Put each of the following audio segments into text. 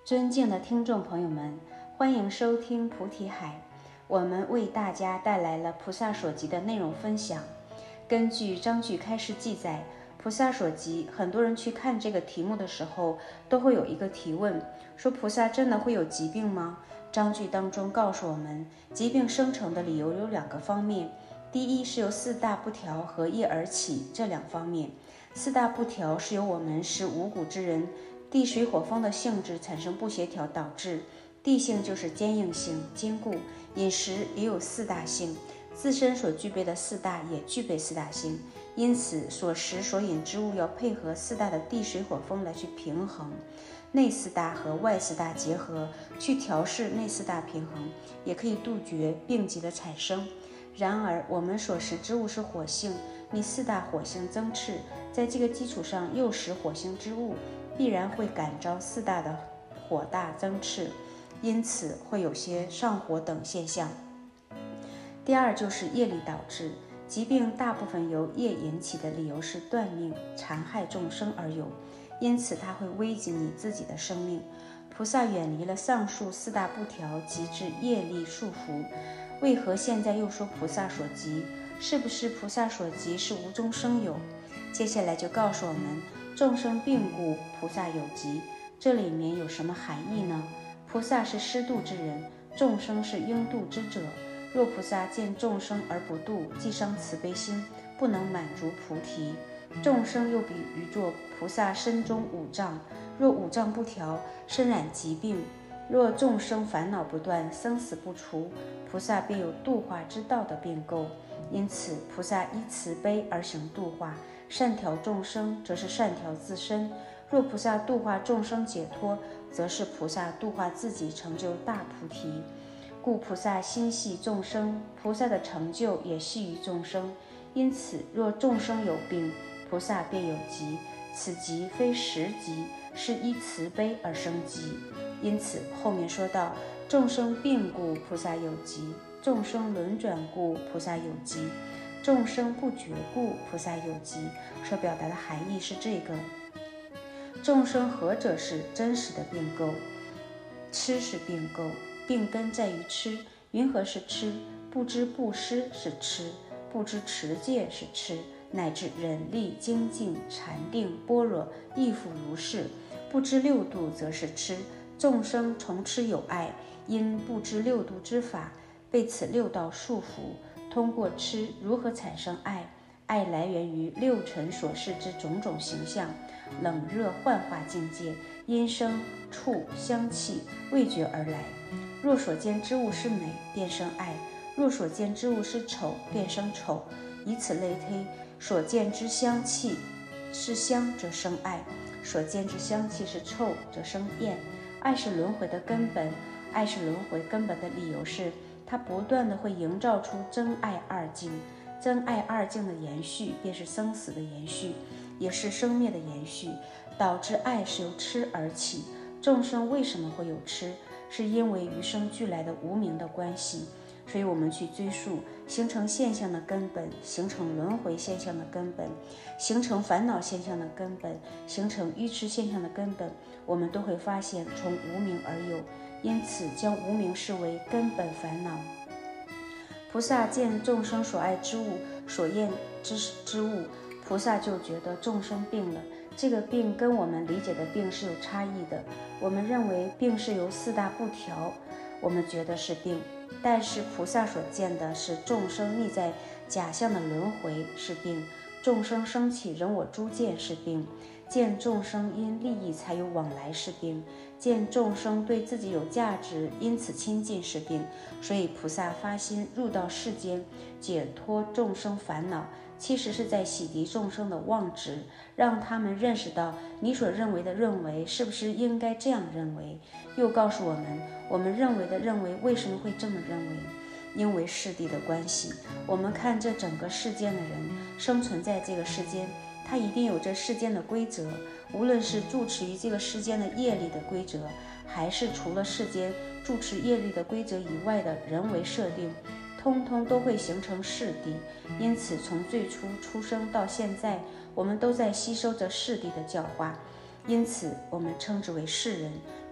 尊敬的听众朋友们，欢迎收听菩提海。我们为大家带来了菩萨所集的内容分享。根据章句开示记载，菩萨所集，很多人去看这个题目的时候，都会有一个提问，说菩萨真的会有疾病吗？章句当中告诉我们，疾病生成的理由有两个方面，第一是由四大不调合业而起，这两方面。四大不调是由我们是五谷之人，地水火风的性质产生不协调导致。地性就是坚硬性、坚固，饮食也有四大性，自身所具备的四大也具备四大性，因此所食所饮之物要配合四大的地水火风来去平衡，内四大和外四大结合，去调试内四大平衡，也可以杜绝病疾的产生。然而我们所食之物是火性，你四大火性增炽，在这个基础上又食火性之物，必然会感召四大的火大增炽，因此会有些上火等现象。第二就是业力导致，疾病大部分由业引起的理由是断命、残害众生而有，因此它会危及你自己的生命。菩萨远离了上述四大不调及至业力束缚，为何现在又说菩萨所集？是不是菩萨所集是无中生有？接下来就告诉我们，众生病故，菩萨有集，这里面有什么含义呢？菩萨是施度之人，众生是应度之者。若菩萨见众生而不度，即伤慈悲心，不能满足菩提。众生又比喻作菩萨身中五脏，若五脏不调，身染疾病。若众生烦恼不断，生死不除，菩萨便有度化之道的变构。因此菩萨依慈悲而行度化，善调众生则是善调自身。若菩萨度化众生解脱，则是菩萨度化自己，成就大菩提。故菩萨心系众生，菩萨的成就也系于众生。因此若众生有病，菩萨便有疾，此疾非实疾，是依慈悲而生疾。因此后面说到，众生病故，菩萨有疾；众生轮转故，菩萨有疾；众生不觉故，菩萨有疾。所表达的含义是这个：众生何者是真实的病构？吃是病构，病根在于吃。云何是吃？不知布施是吃，不知持戒是吃，乃至忍力、精进、禅定、般若亦复如是。不知六度则是吃。众生从吃有爱，因不知六度之法，被此六道束缚。通过吃如何产生爱？爱来源于六尘所示之种种形象，冷热幻化境界，因声触香气味觉而来。若所见之物是美，便生爱；若所见之物是丑，便生丑。以此类推，所见之香气是香，则生爱；所见之香气是臭，则生厌。爱是轮回的根本，爱是轮回根本的理由是，它不断的会营造出真爱二境。真爱二境的延续，便是生死的延续，也是生灭的延续，导致爱是由吃而起。众生为什么会有吃？是因为与生俱来的无明的关系。所以我们去追溯形成现象的根本，形成轮回现象的根本，形成烦恼现象的根本，形成愚痴现象的根本，我们都会发现从无明而有，因此将无明视为根本烦恼。菩萨见众生所爱之物，所厌之物，菩萨就觉得众生病了。这个病跟我们理解的病是有差异的。我们认为病是由四大不调，我们觉得是病，但是菩萨所见的是众生逆在假象的轮回是病，众生升起人我诸见是病，见众生因利益才有往来是病，见众生对自己有价值因此亲近是病。所以菩萨发心入到世间，解脱众生烦恼，其实是在洗涤众生的妄执，让他们认识到你所认为的认为是不是应该这样认为。又告诉我们，我们认为的认为为什么会这么认为？因为世谛的关系。我们看这整个世间的人生存在这个世间，他一定有这世间的规则，无论是住持于这个世间的业力的规则，还是除了世间住持业力的规则以外的人为设定，通通都会形成世谛。因此从最初出生到现在，我们都在吸收着世谛的教化，因此我们称之为世人。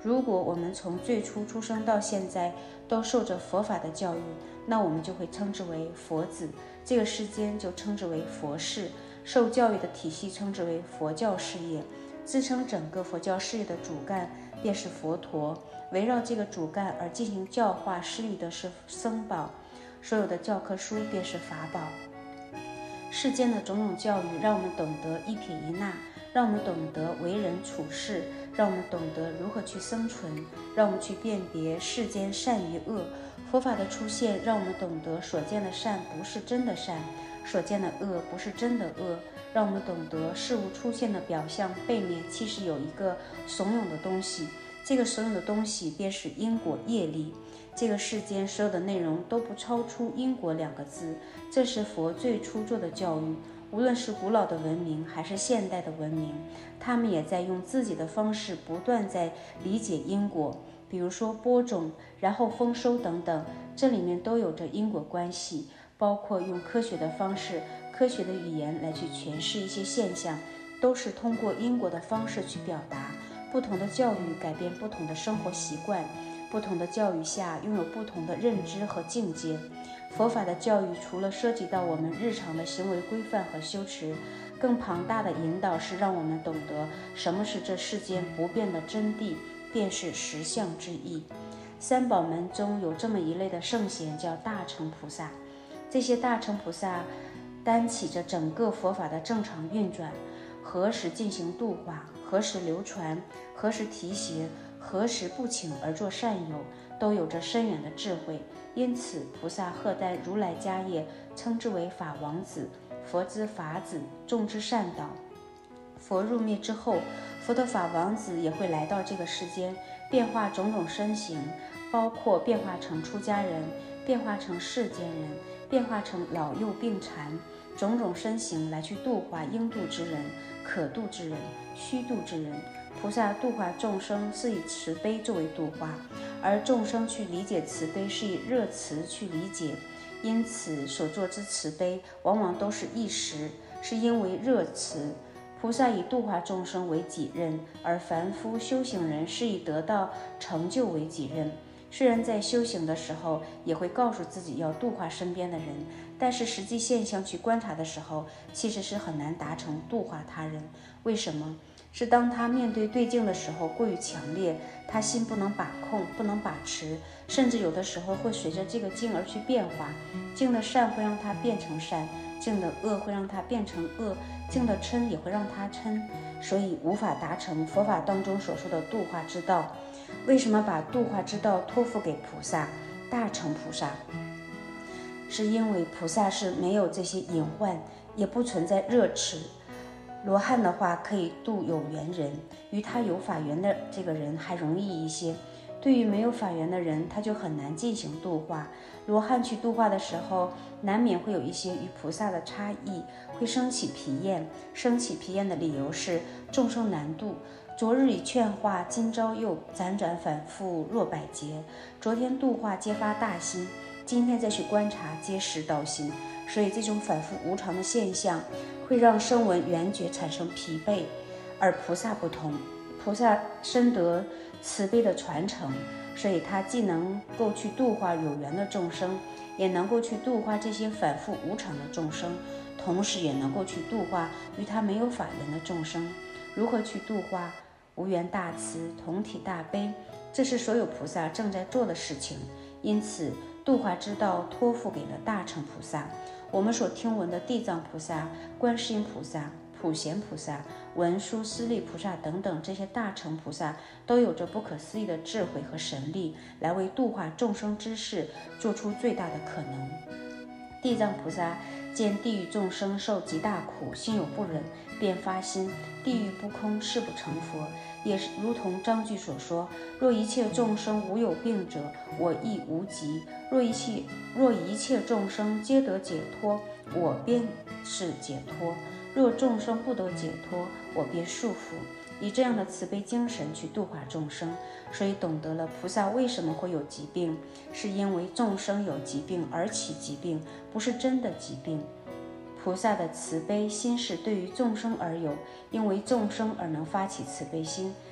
如果我们从最初出生到现在都受着佛法的教育，那我们就会称之为佛子，这个世间就称之为佛事，受教育的体系称之为佛教事业，支撑整个佛教事业的主干便是佛陀，围绕这个主干而进行教化施育的是僧宝，所有的教科书便是法宝。世间的种种教育让我们懂得一撇一捺，让我们懂得为人处事，让我们懂得如何去生存，让我们去辨别世间善与恶。佛法的出现让我们懂得所见的善不是真的善，所见的恶不是真的恶，让我们懂得事物出现的表象背面其实有一个怂恿的东西，这个怂恿的东西便是因果业力。这个世间所有的内容都不超出因果2个字，这是佛最初做的教育。无论是古老的文明还是现代的文明，他们也在用自己的方式不断在理解因果，比如说播种，然后丰收等等，这里面都有着因果关系，包括用科学的方式、科学的语言来去诠释一些现象，都是通过因果的方式去表达。不同的教育改变不同的生活习惯，不同的教育下拥有不同的认知和境界。佛法的教育除了涉及到我们日常的行为规范和修持，更庞大的引导是让我们懂得什么是这世间不变的真谛，便是实相之意。三宝门中有这么一类的圣贤叫大乘菩萨，这些大乘菩萨担起着整个佛法的正常运转，何时进行度化，何时流传，何时提携，何时不请而作善友，都有着深远的智慧。因此菩萨贺担如来家业，称之为法王子，佛之法子，众之善导。佛入灭之后，佛的法王子也会来到这个世间，变化种种身形，包括变化成出家人，变化成世间人，变化成老幼病残，种种身形来去度化应度之人、可度之人、须度之人。菩萨度化众生是以慈悲作为度化，而众生去理解慈悲是以热慈去理解，因此所做之慈悲往往都是一时，是因为热慈。菩萨以度化众生为己任，而凡夫修行人是以得到成就为己任。虽然在修行的时候也会告诉自己要度化身边的人，但是实际现象去观察的时候，其实是很难达成度化他人。为什么？是当他面对对境的时候过于强烈，他心不能把控，不能把持，甚至有的时候会随着这个境而去变化。境的善会让他变成善，境的恶会让他变成恶，境的嗔也会让他嗔，所以无法达成佛法当中所说的度化之道。为什么把度化之道托付给菩萨、大乘菩萨？是因为菩萨是没有这些隐患，也不存在热持。罗汉的话可以度有缘人，与他有法缘的这个人还容易一些，对于没有法缘的人，他就很难进行度化。罗汉去度化的时候，难免会有一些与菩萨的差异，会生起疲厌。生起疲厌的理由是众生难度，昨日已劝化，今朝又辗转反复若百劫。昨天度化皆发大心，今天再去观察皆识道心。所以这种反复无常的现象会让声闻缘觉产生疲惫，而菩萨不同，菩萨深得慈悲的传承，所以他既能够去度化有缘的众生，也能够去度化这些反复无常的众生，同时也能够去度化与他没有法缘的众生。如何去度化？无缘大慈，同体大悲，这是所有菩萨正在做的事情。因此度化之道托付给了大乘菩萨。我们所听闻的地藏菩萨、观世音菩萨、普贤菩萨、文殊师利菩萨等等这些大乘菩萨，都有着不可思议的智慧和神力，来为度化众生之事做出最大的可能。地藏菩萨见地狱众生受极大苦，心有不忍，便发心：地狱不空，誓不成佛。也是如同章句所说：若一切众生无有病者，我亦无疾；若一切众生皆得解脱，我便是解脱；若众生不得解脱，我便束缚。以这样的慈悲精神去度化众生，所以懂得了菩萨为什么会有疾病，是因为众生有疾病而起疾病，不是真的疾病。菩萨的慈悲心是对于众生而有，因为众生而能发起慈悲心，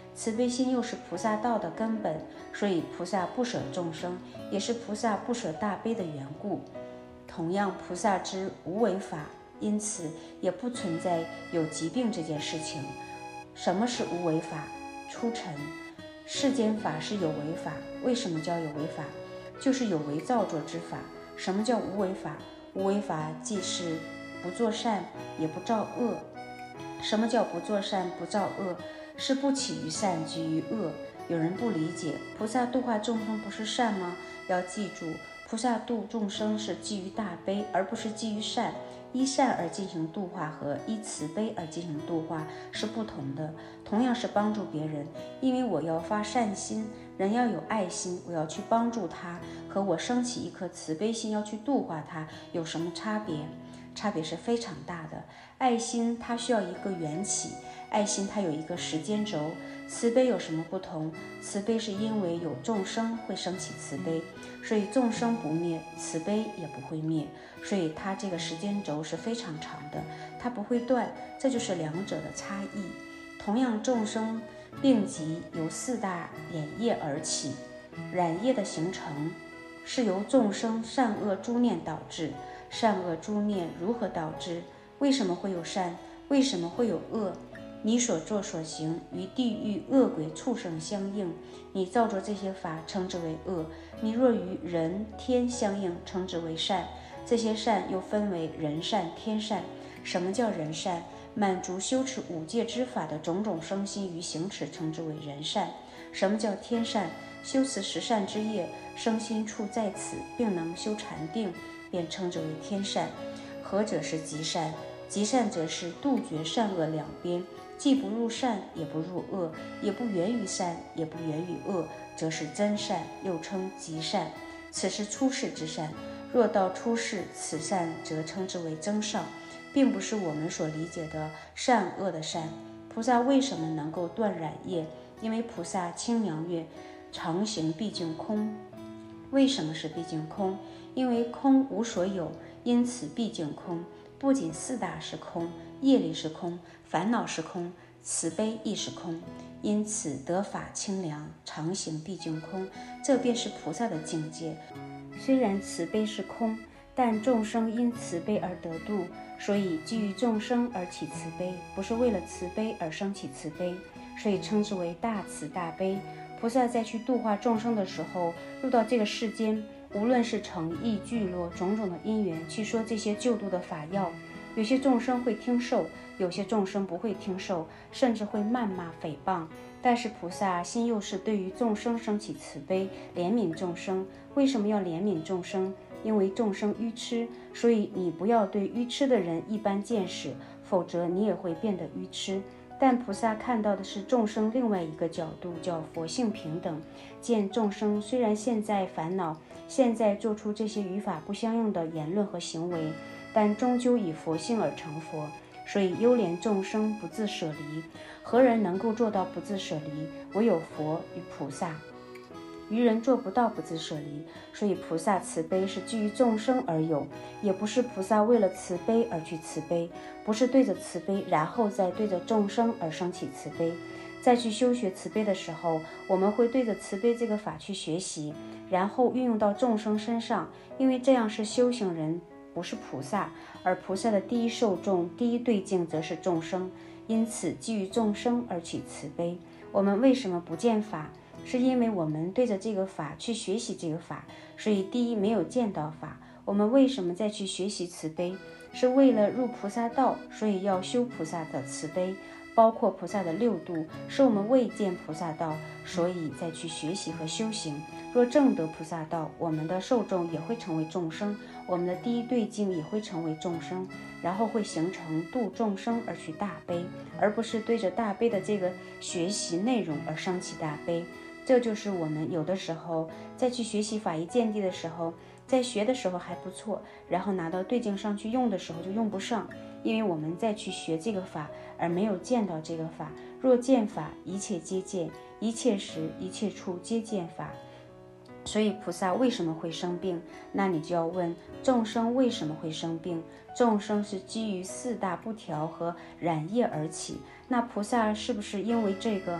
慈悲心又是菩萨道的根本，所以菩萨不舍众生，也是菩萨不舍大悲的缘故。同样，菩萨之无为法，因此也不存在有疾病这件事情。什么是无为法？初尘，世间法是有为法。为什么叫有为法？就是有为造作之法。什么叫无为法？无为法既是不作善，也不造恶。什么叫不作善不造恶？是不起于善，居于恶。有人不理解，菩萨度化众生不是善吗？要记住，菩萨度众生是基于大悲，而不是基于善。依善而进行度化和依慈悲而进行度化是不同的。同样是帮助别人，因为我要发善心，人要有爱心，我要去帮助他，和我升起一颗慈悲心要去度化他有什么差别？差别是非常大的。爱心它需要一个缘起，爱心它有一个时间轴。慈悲有什么不同？慈悲是因为有众生会升起慈悲，所以众生不灭，慈悲也不会灭，所以它这个时间轴是非常长的，它不会断，这就是两者的差异。同样，众生病疾由四大染业而起，染业的形成是由众生善恶诸念导致。善恶诸念如何导致？为什么会有善？为什么会有恶？你所作所行与地狱恶鬼畜生相应，你造作这些法称之为恶；你若与人天相应，称之为善。这些善又分为人善、天善。什么叫人善？满足修持五戒之法的种种生心与行持，称之为人善。什么叫天善？修持十善之业，生心处在此，并能修禅定，便称之为天善。何者是极善？极善则是杜绝善恶两边，既不入善，也不入恶，也不源于善，也不源于恶，则是真善，又称极善。此是出世之善。若到出世，此善则称之为增上，并不是我们所理解的善恶的善。菩萨为什么能够断染业？因为菩萨清凉月常行毕竟空。为什么是毕竟空？因为空无所有，因此毕竟空。不仅四大是空，业力是空，烦恼是空，慈悲亦是空，因此得法清凉，常行毕竟空，这便是菩萨的境界。虽然慈悲是空，但众生因慈悲而得度，所以基于众生而起慈悲，不是为了慈悲而生起慈悲，所以称之为大慈大悲。菩萨在去度化众生的时候，入到这个世间，无论是诚意聚落种种的因缘去说这些救度的法要，有些众生会听受，有些众生不会听受，甚至会谩骂诽谤。但是菩萨心又是对于众生升起慈悲，怜悯众生。为什么要怜悯众生？因为众生愚痴，所以你不要对愚痴的人一般见识，否则你也会变得愚痴。但菩萨看到的是众生另外一个角度，叫佛性平等。见众生虽然现在烦恼，现在做出这些与法不相应的言论和行为，但终究以佛性而成佛，所以优怜众生不自舍离。何人能够做到不自舍离？唯有佛与菩萨。愚人做不到不自舍离，所以菩萨慈悲是基于众生而有，也不是菩萨为了慈悲而去慈悲，不是对着慈悲然后再对着众生而生起慈悲。在去修学慈悲的时候，我们会对着慈悲这个法去学习，然后运用到众生身上，因为这样是修行人，不是菩萨，而菩萨的第一受众、第一对境则是众生，因此基于众生而起慈悲。我们为什么不见法？是因为我们对着这个法去学习这个法，所以第一没有见到法。我们为什么再去学习慈悲？是为了入菩萨道，所以要修菩萨的慈悲，包括菩萨的六度，是我们未见菩萨道，所以再去学习和修行。若证得菩萨道，我们的受众也会成为众生，我们的第一对境也会成为众生，然后会形成度众生而去大悲，而不是对着大悲的这个学习内容而升起大悲。这就是我们有的时候在去学习法义见地的时候，在学的时候还不错，然后拿到对境上去用的时候就用不上，因为我们在去学这个法而没有见到这个法。若见法，一切皆见，一切时一切处皆见法。所以菩萨为什么会生病？那你就要问众生为什么会生病？众生是基于四大不调和染业而起，那菩萨是不是因为这个？菩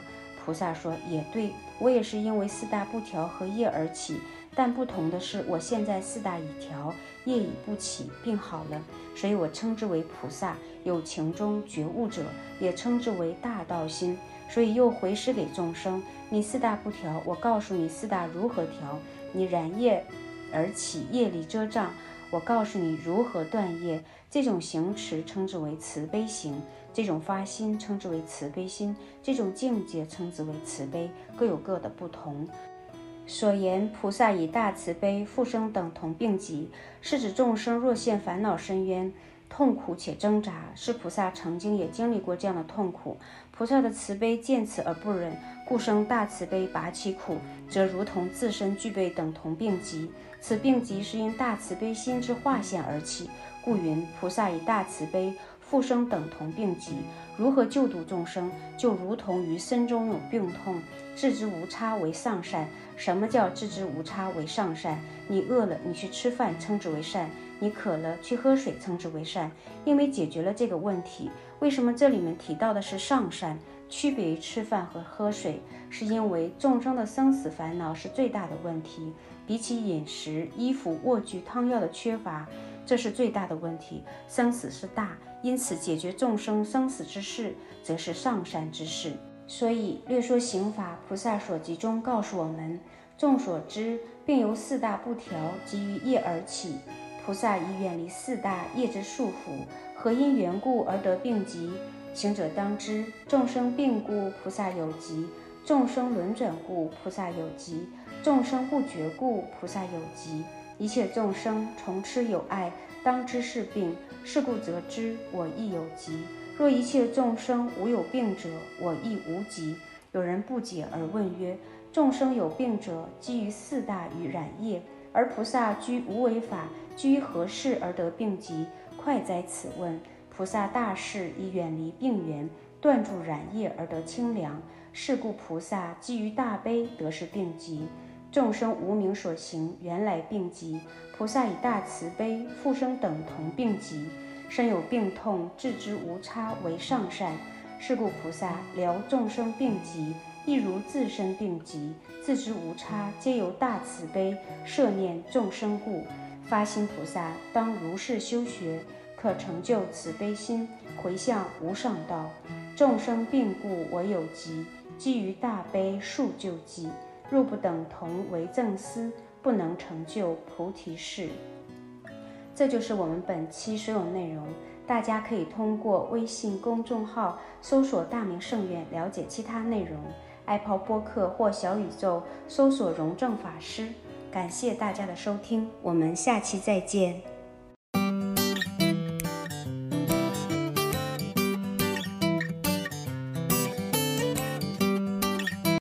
菩萨说，也对，我也是因为四大不调和业而起，但不同的是，我现在四大已调，业已不起，病好了，所以我称之为菩萨。有情中觉悟者，也称之为大道心。所以又回施给众生，你四大不调，我告诉你四大如何调；你染业而起，业力遮障，我告诉你如何断业。这种行持称之为慈悲行，这种发心称之为慈悲心，这种境界称之为慈悲，各有各的不同。所言菩萨以大慈悲复生等同并集，是指众生若现烦恼深渊，痛苦且挣扎，是菩萨曾经也经历过这样的痛苦。菩萨的慈悲见此而不忍，故生大慈悲拔其苦，则如同自身具备等同并集。此并集是因大慈悲心之化现而起，故云菩萨以大慈悲复生等同并集。如何救度众生，就如同于身中有病痛，置之无差为上善。什么叫置之无差为上善？你饿了，你去吃饭，称之为善；你渴了，去喝水，称之为善。因为解决了这个问题。为什么这里面提到的是上善，区别于吃饭和喝水？是因为众生的生死烦恼是最大的问题，比起饮食、衣服、卧具、汤药的缺乏，这是最大的问题。生死是大，因此解决众生生死之事，则是上善之事。所以略说行法，菩萨所集中告诉我们，众所知，并由四大不调及于业而起。菩萨以远离四大业之束缚，何因缘故而得病疾？行者当知，众生病故，菩萨有疾；众生轮转故，菩萨有疾；众生不觉故，菩萨有疾。一切众生从痴有爱，当知是病，是故则知我亦有疾。若一切众生无有病者，我亦无疾。有人不解而问曰：众生有病者，基于四大与染业，而菩萨居无为法，居于何事而得病疾？快哉此问！菩萨大士以远离病源，断住染业而得清凉。是故菩萨基于大悲，得是病疾。众生无明所行，原来病疾。菩萨以大慈悲复生等同病疾。身有病痛，置之无差为上善。是故菩萨疗众生病疾，亦如自身病疾，自知无差，皆由大慈悲摄念众生故。发心菩萨当如是修学，可成就慈悲心，回向无上道。众生病故我有疾，基于大悲速救济。若不等同为正思，不能成就菩提事。这就是我们本期所有内容，大家可以通过微信公众号搜索大明圣院了解其他内容，爱抛播客或小宇宙搜索荣正法师。感谢大家的收听，我们下期再见。